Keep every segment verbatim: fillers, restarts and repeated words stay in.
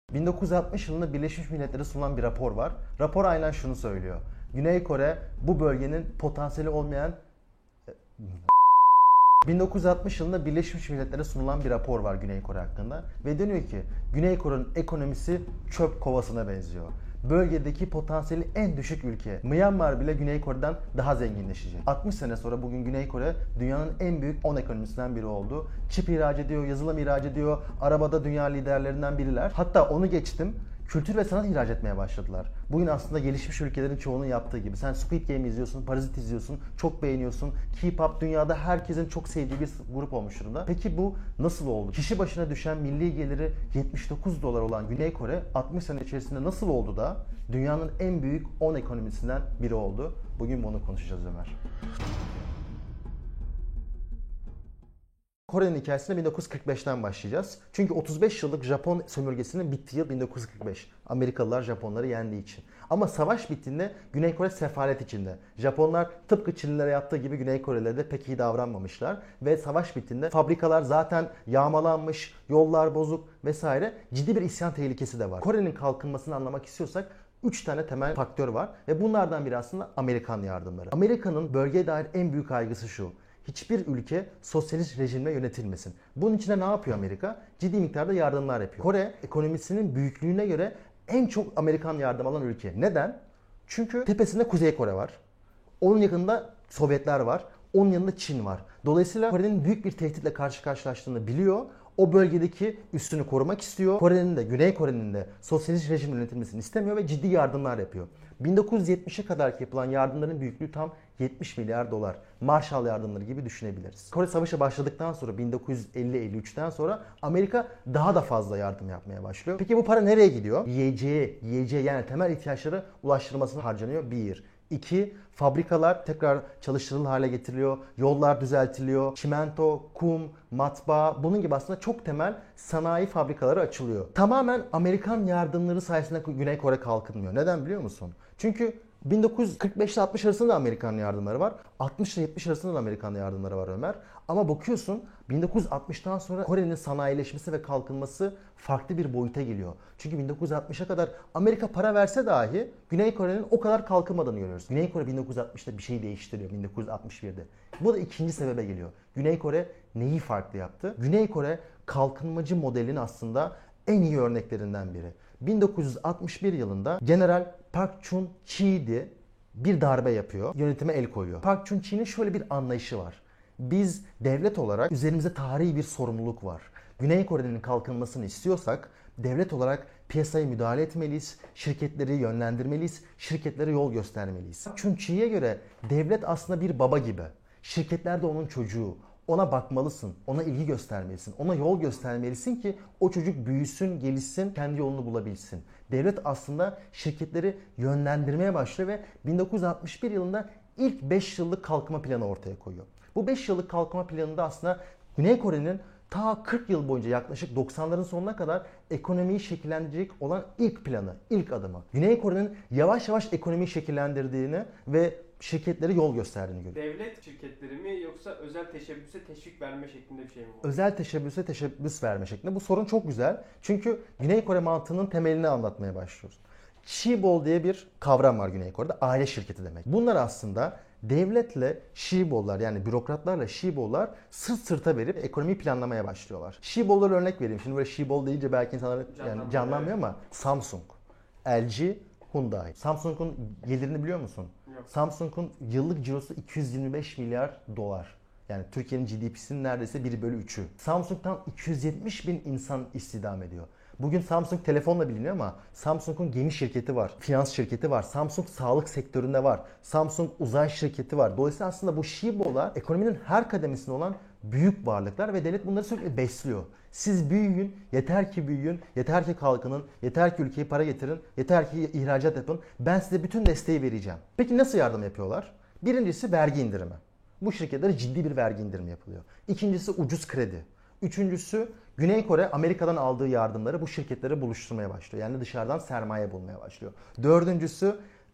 bin dokuz yüz altmış yılında Birleşmiş Milletler'e sunulan bir rapor var. Rapor aynen şunu söylüyor. Güney Kore bu bölgenin potansiyeli olmayan... bin dokuz yüz altmış yılında Birleşmiş Milletler'e sunulan bir rapor var Güney Kore hakkında. Ve deniyor ki Güney Kore'nin ekonomisi çöp kovasına benziyor. Bölgedeki potansiyeli en düşük ülke. Myanmar bile Güney Kore'den daha zenginleşecek. altmış sene sonra bugün Güney Kore dünyanın en büyük on ekonomisinden biri oldu. Çip ihraç ediyor, yazılım ihraç ediyor, arabada dünya liderlerinden biriler. Hatta onu geçtim. Kültür ve sanat ihraç etmeye başladılar. Bugün aslında gelişmiş ülkelerin çoğunun yaptığı gibi. Sen Squid Game izliyorsun, Parazit izliyorsun, çok beğeniyorsun. K-pop dünyada herkesin çok sevdiği bir grup olmuş durumda. Peki bu nasıl oldu? Kişi başına düşen milli geliri yetmiş dokuz dolar olan Güney Kore altmış sene içerisinde nasıl oldu da dünyanın en büyük on ekonomisinden biri oldu? Bugün bunu konuşacağız Ömer. Kore'nin hikayesine bin dokuz yüz kırk beşten başlayacağız. Çünkü otuz beş yıllık Japon sömürgesinin bittiği yıl bin dokuz yüz kırk beş. Amerikalılar Japonları yendiği için. Ama savaş bittiğinde Güney Kore sefalet içinde. Japonlar tıpkı Çinlilere yaptığı gibi Güney Korelilere de pek iyi davranmamışlar. Ve savaş bittiğinde fabrikalar zaten yağmalanmış, yollar bozuk vesaire. Ciddi bir isyan tehlikesi de var. Kore'nin kalkınmasını anlamak istiyorsak üç tane temel faktör var. Ve bunlardan biri aslında Amerikan yardımları. Amerika'nın bölgeye dair en büyük kaygısı şu. Hiçbir ülke sosyalist rejimle yönetilmesin. Bunun için de ne yapıyor Amerika? Ciddi miktarda yardımlar yapıyor. Kore ekonomisinin büyüklüğüne göre en çok Amerikan yardım alan ülke. Neden? Çünkü tepesinde Kuzey Kore var. Onun yakınında Sovyetler var. Onun yanında Çin var. Dolayısıyla Kore'nin büyük bir tehditle karşı karşılaştığını biliyor. O bölgedeki üssünü korumak istiyor. Kore'nin de, Güney Kore'nin de sosyalist rejimle yönetilmesini istemiyor ve ciddi yardımlar yapıyor. bin dokuz yüz yetmişe kadar yapılan yardımların büyüklüğü tam yetmiş milyar dolar. Marshall yardımları gibi düşünebiliriz. Kore Savaşı başladıktan sonra bin dokuz yüz elli elli üçten sonra Amerika daha da fazla yardım yapmaya başlıyor. Peki bu para nereye gidiyor? Yiyeceğe, yiyeceğe yani temel ihtiyaçları ulaştırılmasına harcanıyor. Bir. İki, fabrikalar tekrar çalıştırılır hale getiriliyor, yollar düzeltiliyor, çimento, kum, matbaa, bunun gibi aslında çok temel sanayi fabrikaları açılıyor. Tamamen Amerikan yardımları sayesinde Güney Kore kalkınmıyor. Neden biliyor musun? Çünkü bin dokuz yüz kırk beş ile altmış arasında da Amerikan yardımları var. altmış ile yetmiş arasında da Amerikan yardımları var Ömer. Ama bakıyorsun bin dokuz yüz altmıştan sonra Kore'nin sanayileşmesi ve kalkınması farklı bir boyuta geliyor. Çünkü bin dokuz yüz altmışa kadar Amerika para verse dahi Güney Kore'nin o kadar kalkınmadığını görüyoruz. Güney Kore bin dokuz yüz altmışta bir şey değiştiriyor bin dokuz yüz altmış birde. Bu da ikinci sebebe geliyor. Güney Kore neyi farklı yaptı? Güney Kore kalkınmacı modelin aslında en iyi örneklerinden biri. bin dokuz yüz altmış bir yılında General Park Chung-hee bir darbe yapıyor. Yönetime el koyuyor. Park Chung-hee'nin şöyle bir anlayışı var. Biz devlet olarak üzerimizde tarihi bir sorumluluk var. Güney Kore'nin kalkınmasını istiyorsak devlet olarak piyasaya müdahale etmeliyiz, şirketleri yönlendirmeliyiz, şirketlere yol göstermeliyiz. Park Chung-hee'ye göre devlet aslında bir baba gibi. Şirketler de onun çocuğu. Ona bakmalısın, ona ilgi göstermelisin, ona yol göstermelisin ki o çocuk büyüsün, gelişsin, kendi yolunu bulabilsin. Devlet aslında şirketleri yönlendirmeye başlıyor ve bin dokuz yüz altmış bir yılında ilk beş yıllık kalkınma planı ortaya koyuyor. Bu beş yıllık kalkınma planında aslında Güney Kore'nin ta kırk yıl boyunca yaklaşık doksanların sonuna kadar ekonomiyi şekillendirecek olan ilk planı, ilk adımı. Güney Kore'nin yavaş yavaş ekonomiyi şekillendirdiğini ve şirketlere yol gösterdiğini görüyoruz. Devlet şirketleri mi yoksa özel teşebbüse teşvik verme şeklinde bir şey mi var? Özel teşebbüse teşebbüs verme şeklinde. Bu sorun çok güzel. Çünkü Güney Kore mantığının temelini anlatmaya başlıyoruz. Chaebol diye bir kavram var Güney Kore'de. Aile şirketi demek. Bunlar aslında devletle Chaebol'lar yani bürokratlarla Chaebol'lar sırt sırta verip ekonomiyi planlamaya başlıyorlar. Chaebol'lara örnek vereyim. Şimdi böyle Chaebol deyince belki insanlar yani canlanmıyor ama Samsung, L G, Hyundai. Samsung'un gelirini biliyor musun? Yok. Samsung'un yıllık cirosu iki yüz yirmi beş milyar dolar. Yani Türkiye'nin G D P'sinin neredeyse bir bölü üçü. Samsung'dan iki yüz yetmiş bin insan istihdam ediyor. Bugün Samsung telefonla biliniyor ama Samsung'un gemi şirketi var, finans şirketi var, Samsung sağlık sektöründe var, Samsung uzay şirketi var. Dolayısıyla aslında bu Chaebol'lar ekonominin her kademesinde olan büyük varlıklar ve devlet bunları sürekli besliyor. Siz büyüyün, yeter ki büyüyün, yeter ki kalkının, yeter ki ülkeye para getirin, yeter ki ihracat yapın. Ben size bütün desteği vereceğim. Peki nasıl yardım yapıyorlar? Birincisi vergi indirimi. Bu şirketlere ciddi bir vergi indirimi yapılıyor. İkincisi ucuz kredi. Üçüncüsü Güney Kore Amerika'dan aldığı yardımları bu şirketlere buluşturmaya başlıyor. Yani dışarıdan sermaye bulmaya başlıyor. Dördüncüsü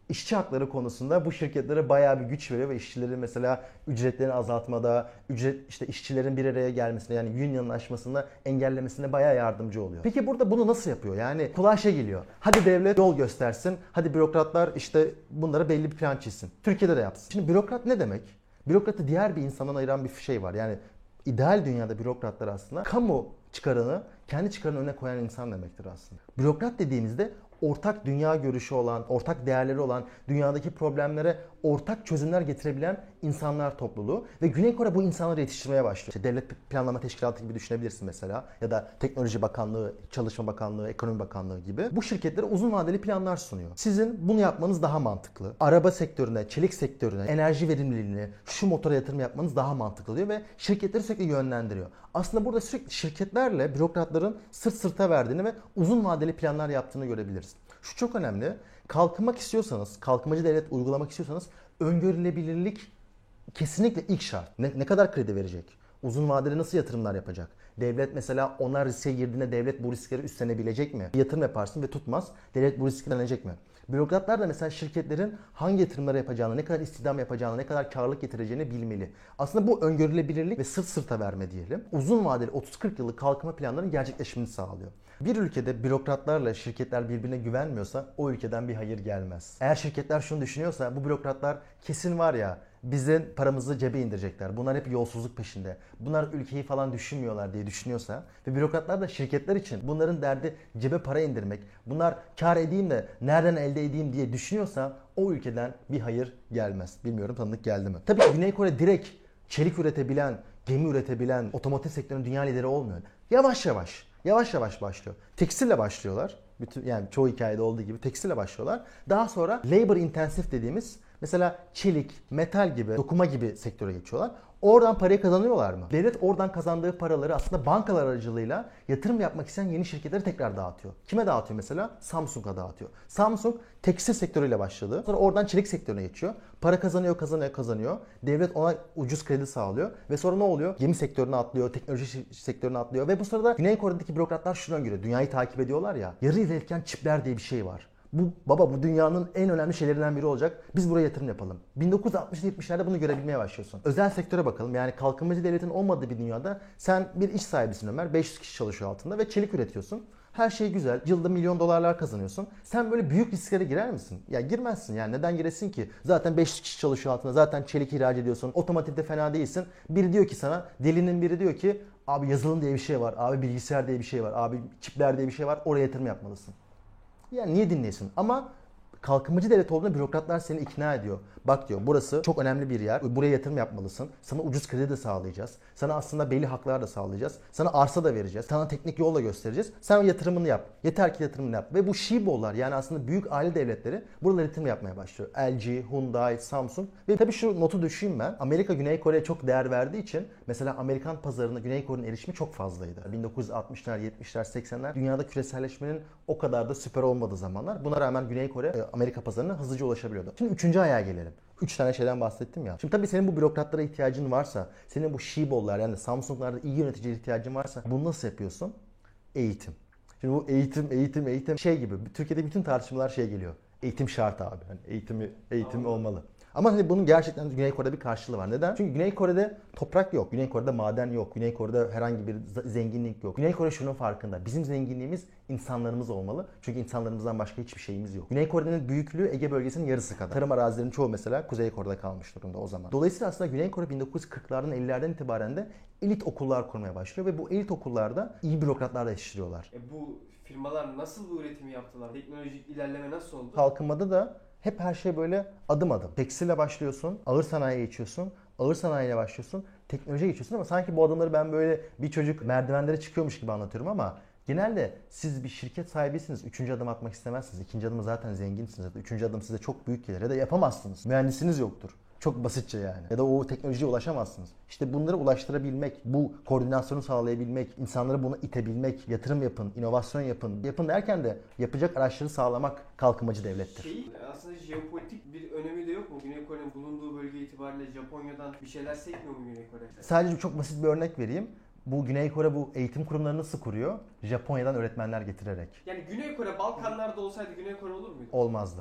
İşçi hakları konusunda bu şirketlere bayağı bir güç veriyor ve işçilerin mesela ücretlerini azaltmada, ücret işte işçilerin bir araya gelmesine yani unionlaşmasında engellemesine bayağı yardımcı oluyor. Peki burada bunu nasıl yapıyor? Yani kulağa şey geliyor. Hadi devlet yol göstersin. Hadi bürokratlar işte bunlara belli bir plan çizsin. Türkiye'de de yapsın. Şimdi bürokrat ne demek? Bürokratı diğer bir insandan ayıran bir şey var. Yani ideal dünyada bürokratlar aslında kamu çıkarını kendi çıkarının önüne koyan insan demektir aslında. Bürokrat dediğimizde ortak dünya görüşü olan, ortak değerleri olan, dünyadaki problemlere ortak çözümler getirebilen insanlar topluluğu ve Güney Kore bu insanları yetiştirmeye başlıyor. İşte Devlet Planlama Teşkilatı gibi düşünebilirsin mesela ya da Teknoloji Bakanlığı, Çalışma Bakanlığı, Ekonomi Bakanlığı gibi. Bu şirketlere uzun vadeli planlar sunuyor. Sizin bunu yapmanız daha mantıklı. Araba sektörüne, çelik sektörüne, enerji verimliliğine, şu motora yatırım yapmanız daha mantıklı diyor ve şirketleri sürekli yönlendiriyor. Aslında burada sürekli şirketlerle bürokratların sırt sırta verdiğini ve uzun vadeli planlar yaptığını görebiliriz. Şu çok önemli. Kalkınmak istiyorsanız, kalkınmacı devlet uygulamak istiyorsanız öngörülebilirlik kesinlikle ilk şart. Ne, ne kadar kredi verecek? Uzun vadeli nasıl yatırımlar yapacak? Devlet mesela onlar riske girdiğinde devlet bu riskleri üstlenebilecek mi? Yatırım yaparsın ve tutmaz. Devlet bu riski üstlenecek mi? Bürokratlar da mesela şirketlerin hangi yatırımları yapacağını, ne kadar istihdam yapacağını, ne kadar karlılık getireceğini bilmeli. Aslında bu öngörülebilirlik ve sırt sırta verme diyelim. Uzun vadeli otuz kırk yıllık kalkınma planlarının gerçekleşimini sağlıyor. Bir ülkede bürokratlarla şirketler birbirine güvenmiyorsa o ülkeden bir hayır gelmez. Eğer şirketler şunu düşünüyorsa bu bürokratlar kesin var ya bizim paramızı cebe indirecekler. Bunlar hep yolsuzluk peşinde. Bunlar ülkeyi falan düşünmüyorlar diye düşünüyorsa ve bürokratlar da şirketler için bunların derdi cebe para indirmek. Bunlar kar edeyim de nereden elde edeyim diye düşünüyorsa o ülkeden bir hayır gelmez. Bilmiyorum tanıdık geldi mi? Tabii Güney Kore direkt çelik üretebilen, gemi üretebilen, otomotiv sektörünün dünya lideri olmuyor. Yavaş yavaş. Yavaş yavaş başlıyor. Tekstille başlıyorlar. Bütün, yani çoğu hikayede olduğu gibi tekstille başlıyorlar. Daha sonra labor intensive dediğimiz mesela çelik, metal gibi, dokuma gibi sektöre geçiyorlar. Oradan parayı kazanıyorlar mı? Devlet oradan kazandığı paraları aslında bankalar aracılığıyla yatırım yapmak isteyen yeni şirketleri tekrar dağıtıyor. Kime dağıtıyor mesela? Samsung'a dağıtıyor. Samsung tekstil sektörüyle başladı. Sonra oradan çelik sektörüne geçiyor. Para kazanıyor, kazanıyor, kazanıyor. Devlet ona ucuz kredi sağlıyor. Ve sonra ne oluyor? Gemi sektörüne atlıyor, teknoloji sektörüne atlıyor. Ve bu sırada Güney Kore'deki bürokratlar şuna göre dünyayı takip ediyorlar ya. Yarı ilerleyen çipler diye bir şey var. Bu baba bu dünyanın en önemli şeylerinden biri olacak. Biz buraya yatırım yapalım. bin dokuz yüz altmış yetmişlerde bunu görebilmeye başlıyorsun. Özel sektöre bakalım. Yani kalkınmacı devletin olmadığı bir dünyada sen bir iş sahibisin Ömer. beş yüz kişi çalışıyor altında ve çelik üretiyorsun. Her şey güzel. Yılda milyon dolarlar kazanıyorsun. Sen böyle büyük risklere girer misin? Ya girmezsin yani. Neden giresin ki? Zaten beş yüz kişi çalışıyor altında. Zaten çelik ihraç ediyorsun. Otomotivde fena değilsin. Biri diyor ki sana, delinin biri diyor ki abi yazılım diye bir şey var. Abi bilgisayar diye bir şey var. Abi çipler diye bir şey var. Oraya yatırım yapmalısın. Yani niye dinlesin? Ama kalkınmacı devlet olduğunda bürokratlar seni ikna ediyor. Bak diyor burası çok önemli bir yer. Buraya yatırım yapmalısın. Sana ucuz kredi de sağlayacağız. Sana aslında belli haklar da sağlayacağız. Sana arsa da vereceğiz. Sana teknik yol da göstereceğiz. Sen o yatırımını yap. Yeter ki yatırımını yap. Ve bu Shibo'lar yani aslında büyük aile devletleri buralara yatırım yapmaya başlıyor. L G, Hyundai, Samsung. Ve tabii şu notu düşeyim ben. Amerika Güney Kore'ye çok değer verdiği için mesela Amerikan pazarına Güney Kore'nin erişimi çok fazlaydı. bin dokuz yüz altmışlar, yetmişler, seksenler dünyada küreselleşmenin o kadar da süper olmadığı zamanlar. Buna rağmen Güney Kore Amerika pazarına hızlıca ulaşabiliyordu. Şimdi üçüncü ayağa gelelim. Üç tane şeyden bahsettim ya. Şimdi tabii senin bu bürokratlara ihtiyacın varsa, senin bu Shibo'lar yani Samsung'larda iyi yöneticiye ihtiyacın varsa bunu nasıl yapıyorsun? Eğitim. Şimdi bu eğitim, eğitim, eğitim şey gibi. Türkiye'de bütün tartışmalar şey geliyor. Eğitim şart abi. Yani eğitimi, eğitim olmalı. Ama hani bunun gerçekten Güney Kore'de bir karşılığı var. Neden? Çünkü Güney Kore'de toprak yok. Güney Kore'de maden yok. Güney Kore'de herhangi bir zenginlik yok. Güney Kore şunun farkında. Bizim zenginliğimiz insanlarımız olmalı. Çünkü insanlarımızdan başka hiçbir şeyimiz yok. Güney Kore'nin büyüklüğü Ege bölgesinin yarısı kadar. Tarım arazilerinin çoğu mesela Kuzey Kore'de kalmış durumda o zaman. Dolayısıyla aslında Güney Kore bin dokuz yüz kırklardan ellilerden itibaren de elit okullar kurmaya başlıyor ve bu elit okullarda iyi bürokratlar da yetiştiriyorlar. E bu firmalar nasıl bu üretimi yaptılar? Teknolojik ilerleme nasıl oldu? Kalkınmada da hep her şey böyle adım adım. Tekstille başlıyorsun, ağır sanayiye geçiyorsun, ağır sanayiyle başlıyorsun, teknolojiye geçiyorsun ama sanki bu adımları ben böyle bir çocuk merdivenlere çıkıyormuş gibi anlatıyorum ama genelde siz bir şirket sahibisiniz. Üçüncü adım atmak istemezsiniz. İkinci adımı zaten zenginsiniz. Üçüncü adım size çok büyük gelir ya da yapamazsınız. Mühendisiniz yoktur. Çok basitçe yani. Ya da o teknolojiye ulaşamazsınız. İşte bunları ulaştırabilmek, bu koordinasyonu sağlayabilmek, insanları buna itebilmek, yatırım yapın, inovasyon yapın. Yapın derken de yapacak araçları sağlamak kalkınmacı devlettir. Şey, aslında jeopolitik bir önemi de yok mu? Güney Kore'nin bulunduğu bölge itibariyle Japonya'dan bir şeyler sekmiyor mu Güney Kore? Sadece çok basit bir örnek vereyim. Bu Güney Kore bu eğitim kurumlarını nasıl kuruyor? Japonya'dan öğretmenler getirerek. Yani Güney Kore Balkanlarda olsaydı Güney Kore olur muydu? Olmazdı.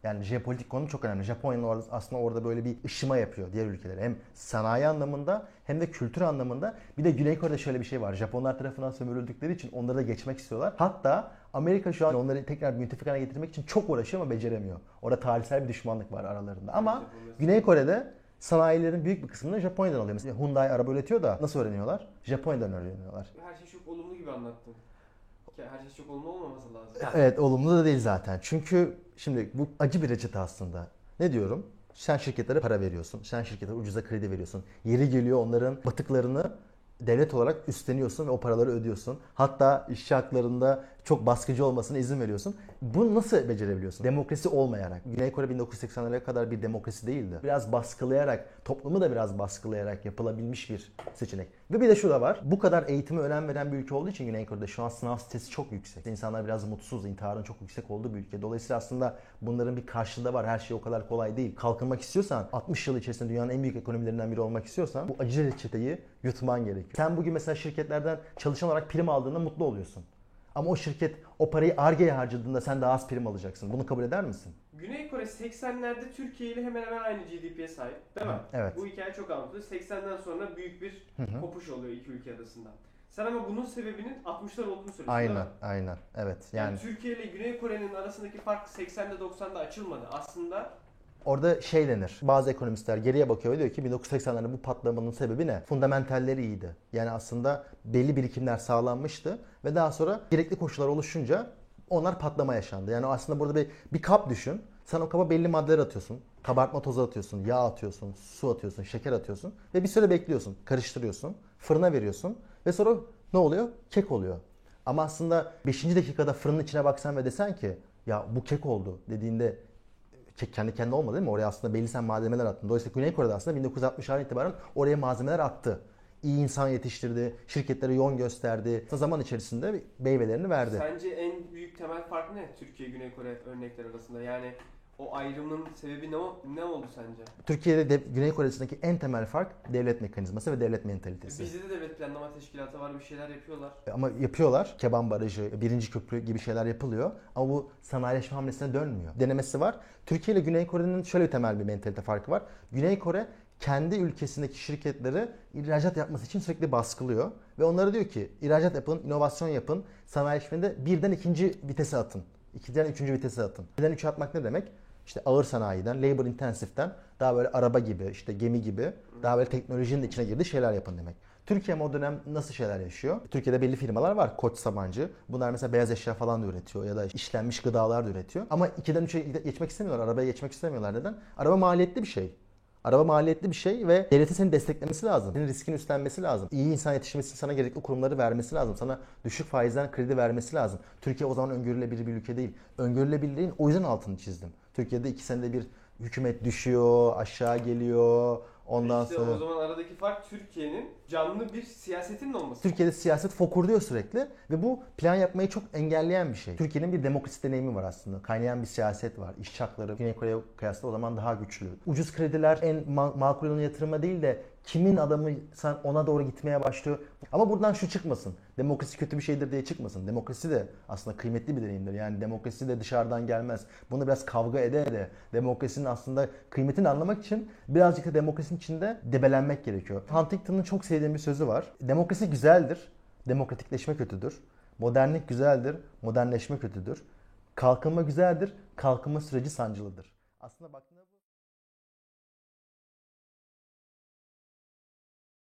Yani jeopolitik konum çok önemli. Japonya'nın orada, aslında orada böyle bir ışıma yapıyor diğer ülkelere. Hem sanayi anlamında hem de kültür anlamında. Bir de Güney Kore'de şöyle bir şey var. Japonlar tarafından sömürüldükleri için onları da geçmek istiyorlar. Hatta Amerika şu an onları tekrar müttefik haline getirmek için çok uğraşıyor ama beceremiyor. Orada tarihsel bir düşmanlık var aralarında. Ama Güney Kore'de sanayilerin büyük bir kısmını Japonya'dan alıyor. Mesela Hyundai araba üretiyor da nasıl öğreniyorlar? Japonya'dan öğreniyorlar. Her şey çok olumlu gibi anlattın. Her şey çok olumlu olmaması lazım. Evet, olumlu da değil zaten. Çünkü şimdi bu acı bir reçete aslında. Ne diyorum? Sen şirketlere para veriyorsun. Sen şirketlere ucuza kredi veriyorsun. Yeri geliyor onların batıklarını devlet olarak üstleniyorsun ve o paraları ödüyorsun. Hatta işçi haklarında çok baskıcı olmasına izin veriyorsun. Bunu nasıl becerebiliyorsun? Demokrasi olmayarak. Güney Kore bin dokuz yüz seksenlere kadar bir demokrasi değildi. Biraz baskılayarak, toplumu da biraz baskılayarak yapılabilmiş bir seçenek. Ve bir de şu da var. Bu kadar eğitime önem veren bir ülke olduğu için Güney Kore'de şu an sınav stresi çok yüksek. İnsanlar biraz mutsuz, intiharın çok yüksek olduğu bir ülke. Dolayısıyla aslında bunların bir karşılığı var. Her şey o kadar kolay değil. Kalkınmak istiyorsan, altmış yıl içerisinde dünyanın en büyük ekonomilerinden biri olmak istiyorsan bu acı reçeteyi yutman gerekiyor. Sen bugün mesela şirketlerden çalışan olarak prim aldığında mutlu oluyorsun. Ama o şirket o parayı Ar-Ge'ye harcadığında sen daha az prim alacaksın. Bunu kabul eder misin? Güney Kore seksenlerde Türkiye ile hemen hemen aynı G D P'ye sahip değil mi? Evet. Bu hikaye çok anlatılıyor. seksenden sonra büyük bir Hı hı. kopuş oluyor iki ülke arasında. Sen ama bunun sebebinin altmışlar olduğunu söylüyorsun Aynen, değil mi? aynen. Evet. Yani, Yani Türkiye ile Güney Kore'nin arasındaki fark seksende doksanda açılmadı. Aslında orada şey denir. Bazı ekonomistler geriye bakıyor ve diyor ki bin dokuz yüz seksenlerde bu patlamanın sebebi ne? Fundamentalleri iyiydi. Yani aslında belli birikimler sağlanmıştı ve daha sonra gerekli koşullar oluşunca onlar patlama yaşandı. Yani aslında burada bir, bir kap düşün. Sen o kaba belli maddeler atıyorsun. Kabartma tozu atıyorsun, yağ atıyorsun, su atıyorsun, şeker atıyorsun ve bir süre bekliyorsun. Karıştırıyorsun, fırına veriyorsun ve sonra ne oluyor? Kek oluyor. Ama aslında beşinci dakikada fırının içine baksan ve desen ki ya bu kek oldu dediğinde kek kendi kendine olmadı değil mi? Oraya aslında belli sen malzemeler attın. Dolayısıyla Güney Kore'de aslında bin dokuz yüz altmışlardan itibaren oraya malzemeler attı. İyi insan yetiştirdi, şirketlere yol gösterdi. Zaman içerisinde meyvelerini verdi. sence en büyük temel fark ne Türkiye Güney Kore örnekler arasında? Yani o ayrımın sebebi ne, ne oldu sence? Türkiye'de de Güney Kore'sindeki en temel fark devlet mekanizması ve devlet mentalitesi. Bizde de devlet planlama teşkilatı var, bir şeyler yapıyorlar. Ama yapıyorlar. Keban Barajı, birinci köprü gibi şeyler yapılıyor. Ama bu sanayileşme hamlesine dönmüyor. Denemesi var. Türkiye ile Güney Kore'nin şöyle bir temel bir mentalite farkı var. Güney Kore kendi ülkesindeki şirketleri ihracat yapması için sürekli baskılıyor. Ve onlara diyor ki ihracat yapın, inovasyon yapın, sanayileşmede birden ikinci vitese atın. İkiden üçüncü vitese atın. Birden üçe atmak ne demek? İşte ağır sanayiden, labor intensive'den daha böyle araba gibi, işte gemi gibi, daha böyle teknolojinin de içine girdiği şeyler yapın demek. Türkiye o dönem nasıl şeyler yaşıyor? Türkiye'de belli firmalar var. Koç, Sabancı. Bunlar mesela beyaz eşya falan da üretiyor ya da işlenmiş gıdalar da üretiyor. Ama ikiden üçe geçmek istemiyorlar. Arabaya geçmek istemiyorlar. Neden? Araba maliyetli bir şey. Araba maliyetli bir şey ve devletin seni desteklemesi lazım. Senin riskini üstlenmesi lazım. İyi insan yetiştirmesi için sana gerekli kurumları vermesi lazım. Sana düşük faizden kredi vermesi lazım. Türkiye o zaman öngörülebilir bir ülke değil. Öngörülebilirliğin o yüzden altını çizdim. Türkiye'de iki senede bir hükümet düşüyor, aşağı geliyor. Ondan işte sonra... o zaman aradaki fark Türkiye'nin canlı bir siyasetinin olması. Türkiye'de siyaset fokurduyor sürekli ve bu plan yapmayı çok engelleyen bir şey. Türkiye'nin bir demokrasi deneyimi var aslında. Kaynayan bir siyaset var. İşçi hakları Güney Kore'ye kıyasla o zaman daha güçlü. Ucuz krediler en ma- makul olan yatırıma değil de kimin adamı sen ona doğru gitmeye başlıyor. Ama buradan şu çıkmasın. Demokrasi kötü bir şeydir diye çıkmasın. Demokrasi de aslında kıymetli bir deneyimdir. Yani demokrasi de dışarıdan gelmez. Bunu biraz kavga ede ede demokrasinin aslında kıymetini anlamak için birazcık da demokrasinin içinde debelenmek gerekiyor. Huntington'ın çok sevdiğim bir sözü var. Demokrasi güzeldir. Demokratikleşme kötüdür. Modernlik güzeldir. Modernleşme kötüdür. Kalkınma güzeldir. Kalkınma süreci sancılıdır. Aslında baktığında